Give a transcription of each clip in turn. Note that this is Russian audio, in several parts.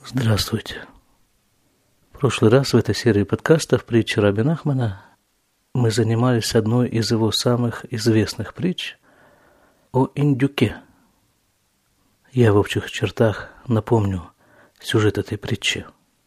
Здравствуйте. В прошлый раз в этой серии подкастов «Притчи Раби Нахмана» мы занимались одной из его самых известных притч о индюке. Я в общих чертах напомню сюжет этой притчи.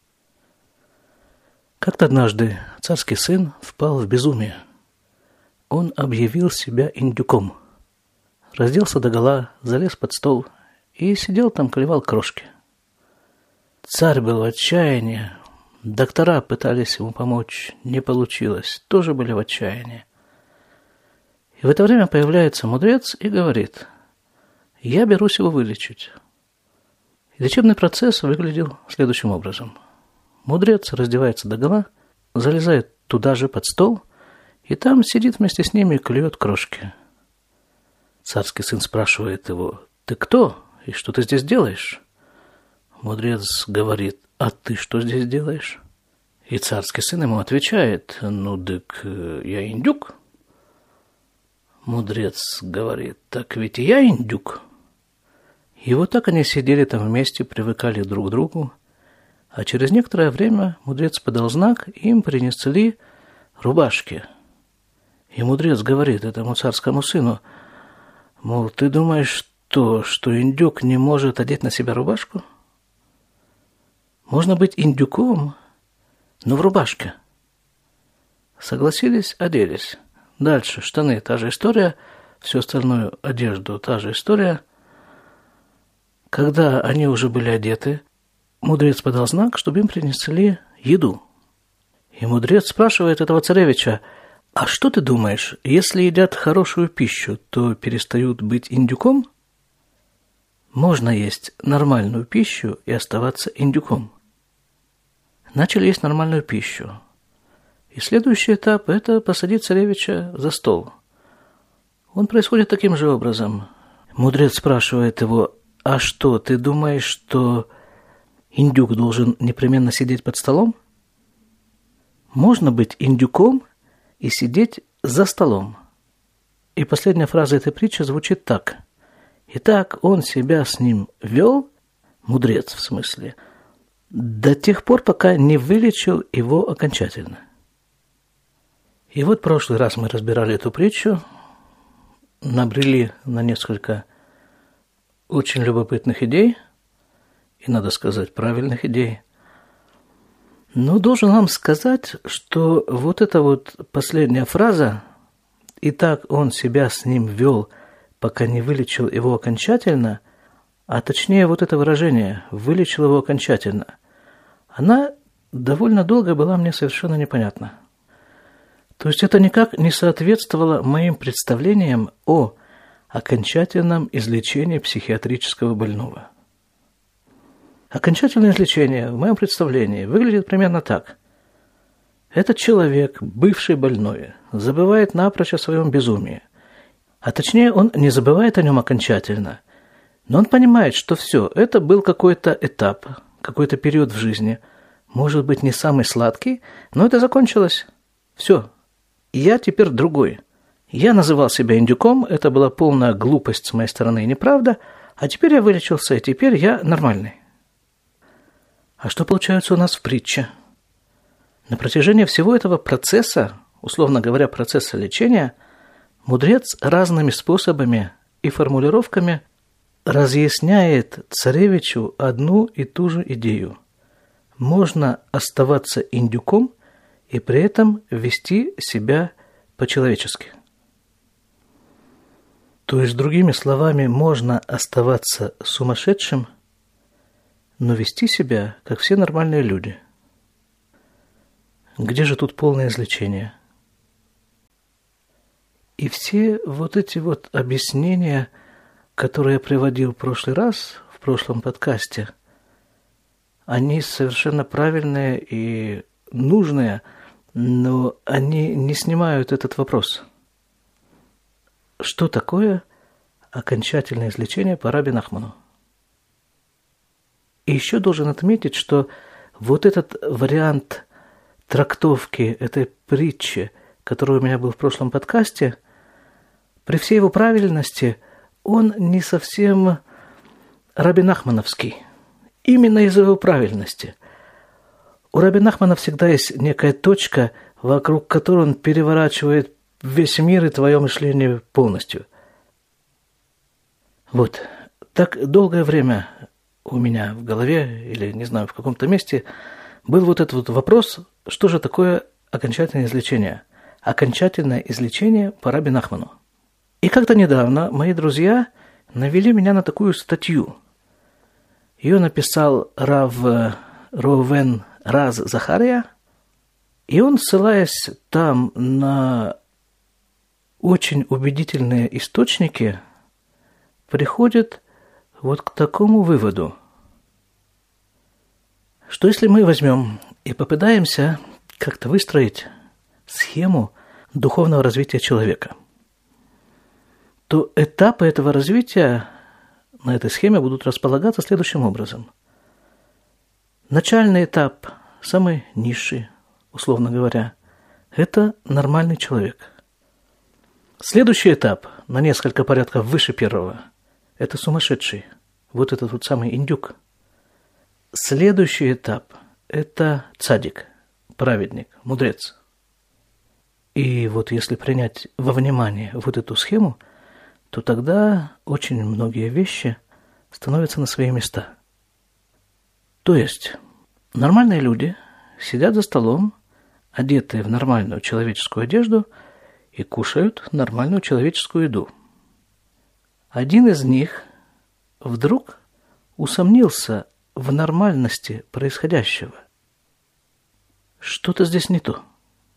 Как-то однажды царский сын впал в безумие. Он объявил себя индюком, разделся догола, залез под стол и сидел там, клевал крошки. Царь был в отчаянии, доктора пытались ему помочь, не получилось, тоже были в отчаянии. И в это время появляется мудрец и говорит: «Я берусь его вылечить». И лечебный процесс выглядел следующим образом. Мудрец раздевается догола, залезает туда же под стол, и там сидит вместе с ними и клюет крошки. Царский сын спрашивает его: «Ты кто? И что ты здесь делаешь?» Мудрец говорит: «А ты что здесь делаешь?» И царский сын ему отвечает: «Ну, дык, я индюк». Мудрец говорит: «Так ведь и я индюк». И вот так они сидели там вместе, привыкали друг к другу, а через некоторое время мудрец подал знак, и им принесли рубашки. И мудрец говорит этому царскому сыну, мол, ты думаешь, что индюк не может одеть на себя рубашку? Можно быть индюком, но в рубашке. Согласились, оделись. Дальше штаны, та же история, всю остальную одежду, та же история. Когда они уже были одеты, мудрец подал знак, чтобы им принесли еду. И мудрец спрашивает этого царевича: «А что ты думаешь, если едят хорошую пищу, то перестают быть индюком?» Можно есть нормальную пищу и оставаться индюком. Начали есть нормальную пищу. И следующий этап – это посадить царевича за стол. Он происходит таким же образом. Мудрец спрашивает его: «А что, ты думаешь, что индюк должен непременно сидеть под столом?» Можно быть индюком и сидеть за столом. И последняя фраза этой притчи звучит так. Итак, он себя с ним вел, мудрец в смысле, до тех пор, пока не вылечил его окончательно. И вот в прошлый раз мы разбирали эту притчу, набрели на несколько очень любопытных идей, и, надо сказать, правильных идей. Но должен вам сказать, что вот эта вот последняя фраза «Итак, он себя с ним вел, пока не вылечил его окончательно», а точнее вот это выражение «вылечил его окончательно», она довольно долго была мне совершенно непонятна. То есть это никак не соответствовало моим представлениям о окончательном излечении психиатрического больного. Окончательное излечение в моем представлении выглядит примерно так. Этот человек, бывший больной, забывает напрочь о своем безумии. А точнее, он не забывает о нем окончательно, но он понимает, что все, это был какой-то этап, какой-то период в жизни, может быть, не самый сладкий, но это закончилось. Все, я теперь другой. Я называл себя индюком, это была полная глупость с моей стороны и неправда, а теперь я вылечился, и теперь я нормальный. А что получается у нас в притче? На протяжении всего этого процесса, условно говоря, процесса лечения, мудрец разными способами и формулировками разъясняет царевичу одну и ту же идею. Можно оставаться индюком и при этом вести себя по-человечески. То есть, другими словами, можно оставаться сумасшедшим, но вести себя, как все нормальные люди. Где же тут полное излечение? И все вот эти вот объяснения, которые я приводил в прошлый раз, в прошлом подкасте, они совершенно правильные и нужные, но они не снимают этот вопрос. Что такое окончательное излечение по Раби Нахману? И еще должен отметить, что вот этот вариант трактовки этой притчи, который у меня был в прошлом подкасте, при всей его правильности, он не совсем раби Нахмановский. именно из-за его правильности. У Раби Нахмана всегда есть некая точка, вокруг которой он переворачивает весь мир и твое мышление полностью. Вот. Так долгое время у меня в голове, или, не знаю, в каком-то месте, был вот этот вот вопрос, что же такое окончательное излечение? Окончательное излечение по Раби Нахману. И как-то недавно мои друзья навели меня на такую статью. Ее написал Рав Роувен Раз Захария, и он, ссылаясь там на очень убедительные источники, приходит вот к такому выводу, что если мы возьмем и попытаемся как-то выстроить схему духовного развития человека, то этапы этого развития на этой схеме будут располагаться следующим образом. Начальный этап, самый низший, условно говоря, это нормальный человек. Следующий этап, на несколько порядков выше первого, это сумасшедший, вот этот вот самый индюк. Следующий этап – это цадик, праведник, мудрец. И вот если принять во внимание вот эту схему, то тогда очень многие вещи становятся на свои места. То есть нормальные люди сидят за столом, одетые в нормальную человеческую одежду, и кушают нормальную человеческую еду. Один из них вдруг усомнился в нормальности происходящего. Что-то здесь не то.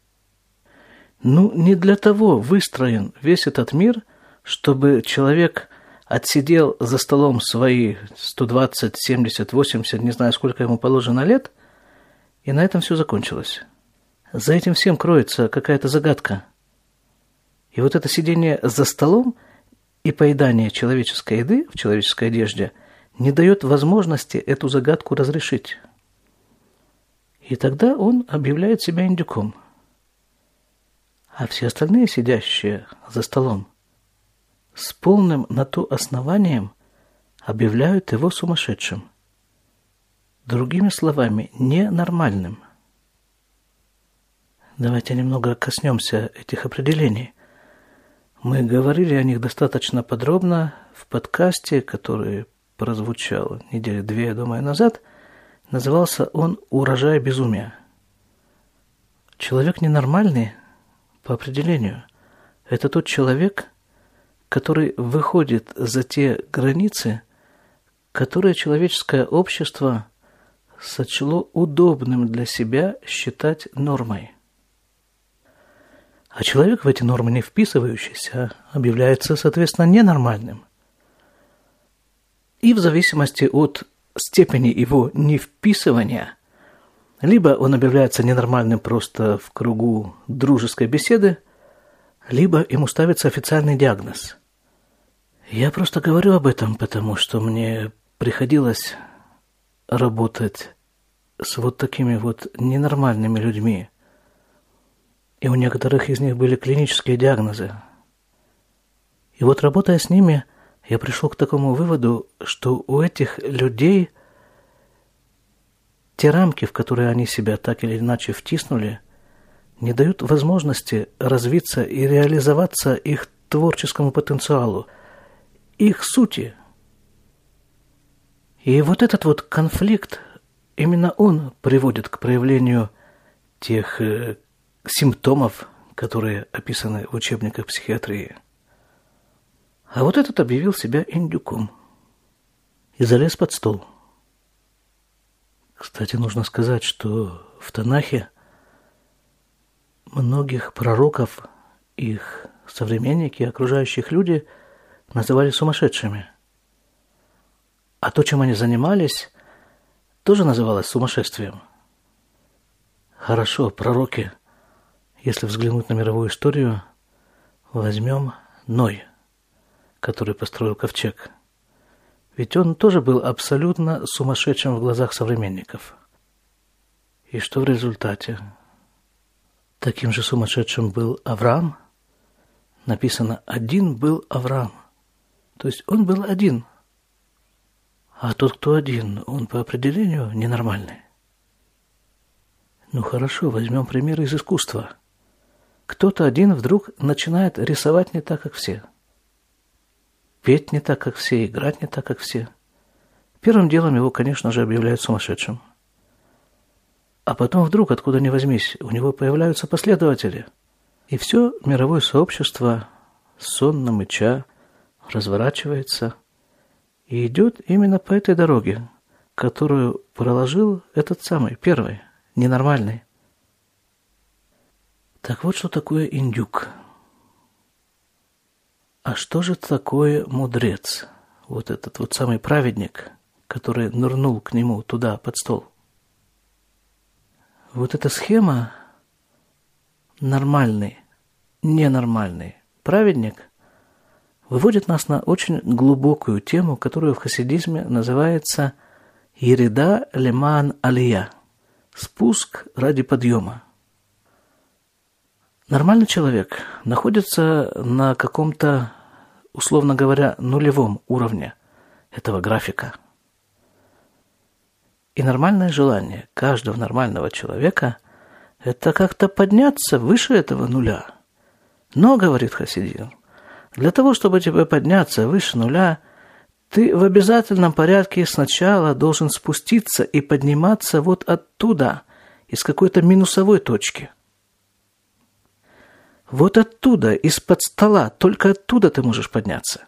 Не для того выстроен весь этот мир, чтобы человек отсидел за столом свои 120, 70, 80, не знаю, сколько ему положено лет, и на этом все закончилось. За этим всем кроется какая-то загадка. И вот это сидение за столом и поедание человеческой еды в человеческой одежде не дает возможности эту загадку разрешить. И тогда он объявляет себя индюком. А все остальные, сидящие за столом, с полным на то основанием объявляют его сумасшедшим. Другими словами, ненормальным. Давайте немного коснемся этих определений. Мы говорили о них достаточно подробно в подкасте, который прозвучал недели 2, я думаю, назад. Назывался он «Урожай безумия». Человек ненормальный, по определению, это тот человек, который выходит за те границы, которые человеческое общество сочло удобным для себя считать нормой. А человек в эти нормы не вписывающийся объявляется, соответственно, ненормальным. И в зависимости от степени его невписывания, либо он объявляется ненормальным просто в кругу дружеской беседы, либо ему ставится официальный диагноз. Я просто говорю об этом, потому что мне приходилось работать с вот такими вот ненормальными людьми. И у некоторых из них были клинические диагнозы. И вот работая с ними, я пришел к такому выводу, что у этих людей те рамки, в которые они себя так или иначе втиснули, не дают возможности развиться и реализоваться их творческому потенциалу, их сути. И вот этот вот конфликт, именно он приводит к проявлению тех симптомов, которые описаны в учебниках психиатрии. А вот этот объявил себя индюком и залез под стол. Кстати, нужно сказать, что в Танахе многих пророков, их современники, окружающих люди называли сумасшедшими. А то, чем они занимались, тоже называлось сумасшествием. Хорошо, пророки. Если взглянуть на мировую историю, возьмем Ной, который построил ковчег. Ведь он тоже был абсолютно сумасшедшим в глазах современников. И что в результате? Таким же сумасшедшим был Авраам. Написано, один был Авраам. То есть он был один. А тот, кто один, он по определению ненормальный. Ну хорошо, возьмем пример из искусства. Кто-то один вдруг начинает рисовать не так, как все. Петь не так, как все, играть не так, как все. Первым делом его, конечно же, объявляют сумасшедшим. А потом вдруг, откуда ни возьмись, у него появляются последователи. И все мировое сообщество, сонно мыча, разворачивается и идет именно по этой дороге, которую проложил этот самый первый, ненормальный. Так вот, что такое индюк. А что же такое мудрец? Вот этот вот самый праведник, который нырнул к нему туда, под стол. Вот эта схема нормальный, ненормальный праведник выводит нас на очень глубокую тему, которую в хасидизме называется «Ерида леман алия» – «спуск ради подъема». Нормальный человек находится на каком-то, условно говоря, нулевом уровне этого графика. И нормальное желание каждого нормального человека – это как-то подняться выше этого нуля. Но, говорит хасидизм, для того, чтобы тебе подняться выше нуля, ты в обязательном порядке сначала должен спуститься и подниматься вот оттуда, из какой-то минусовой точки. Вот оттуда, из-под стола, только оттуда ты можешь подняться.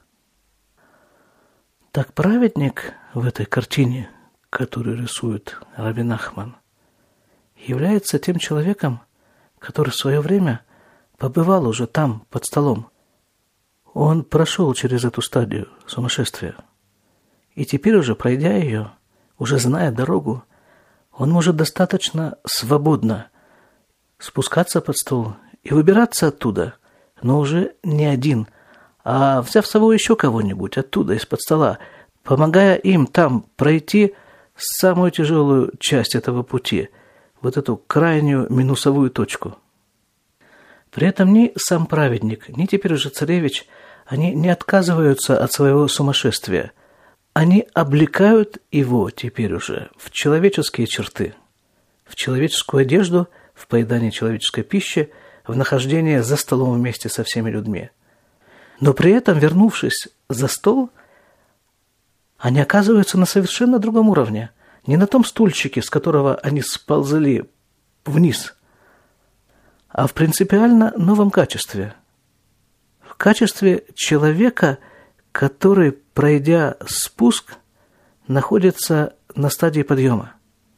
Так праведник в этой картине, которую рисует Раби Нахман, является тем человеком, который в свое время побывал уже там, под столом. Он прошел через эту стадию сумасшествия. И теперь уже, пройдя ее, уже зная дорогу, он может достаточно свободно спускаться под стол и выбираться оттуда, но уже не один, а взяв с собой еще кого-нибудь оттуда, из-под стола, помогая им там пройти самую тяжелую часть этого пути, вот эту крайнюю минусовую точку. При этом ни сам праведник, ни теперь уже царевич, они не отказываются от своего сумасшествия. Они облекают его теперь уже в человеческие черты, в человеческую одежду, в поедании человеческой пищи, в нахождении за столом вместе со всеми людьми. Но при этом, вернувшись за стол, они оказываются на совершенно другом уровне, не на том стульчике, с которого они сползли вниз, а в принципиально новом качестве. В качестве человека, который, пройдя спуск, находится на стадии подъема.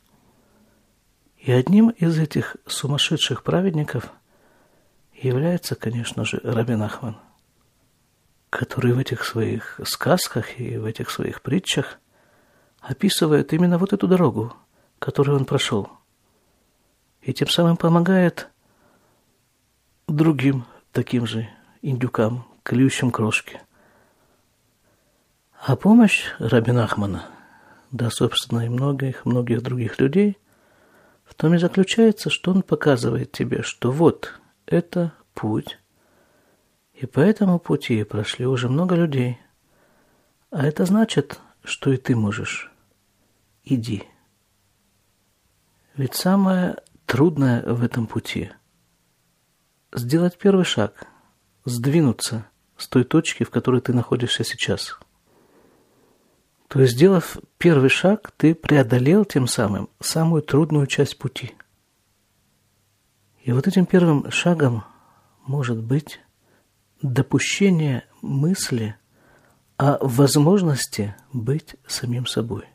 И одним из этих сумасшедших праведников является, конечно же, Раби Нахман, который в этих своих сказках и в этих своих притчах описывает именно вот эту дорогу, которую он прошел, и тем самым помогает другим таким же индюкам, клюющим крошки. А помощь Раби Нахмана, да, собственно, и многих других людей, в том и заключается, что он показывает тебе, что вот это путь, и по этому пути прошли уже много людей, а это значит, что и ты можешь. Иди. Ведь самое трудное в этом пути – сделать первый шаг, сдвинуться с той точки, в которой ты находишься сейчас. То есть, сделав первый шаг, ты преодолел тем самым самую трудную часть пути. И вот этим первым шагом может быть допущение мысли о возможности быть самим собой.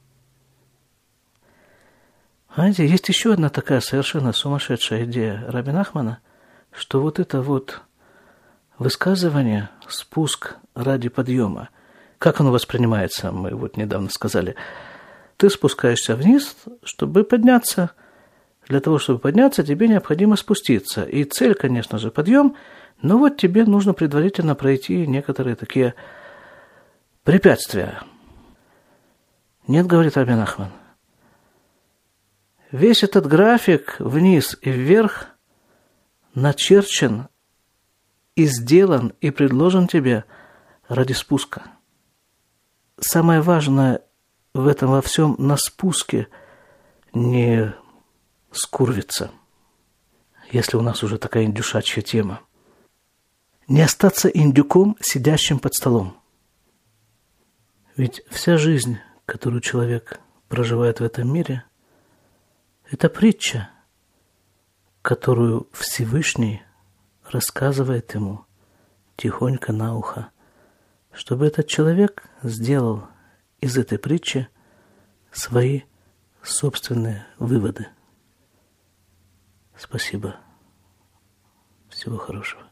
Знаете, есть еще одна такая совершенно сумасшедшая идея Раби Нахмана, что вот это вот высказывание «спуск ради подъема», как оно воспринимается, мы вот недавно сказали, ты спускаешься вниз, чтобы подняться. Для того, чтобы подняться, тебе необходимо спуститься. И цель, конечно же, подъем, но вот тебе нужно предварительно пройти некоторые такие препятствия. Нет, говорит Раби Нахман. Весь этот график вниз и вверх начерчен и сделан и предложен тебе ради спуска. Самое важное в этом во всем на спуске не скурвиться, если у нас уже такая индюшачья тема. Не остаться индюком, сидящим под столом. Ведь вся жизнь, которую человек проживает в этом мире, это притча, которую Всевышний рассказывает ему тихонько на ухо, чтобы этот человек сделал из этой притчи свои собственные выводы. Спасибо. Всего хорошего.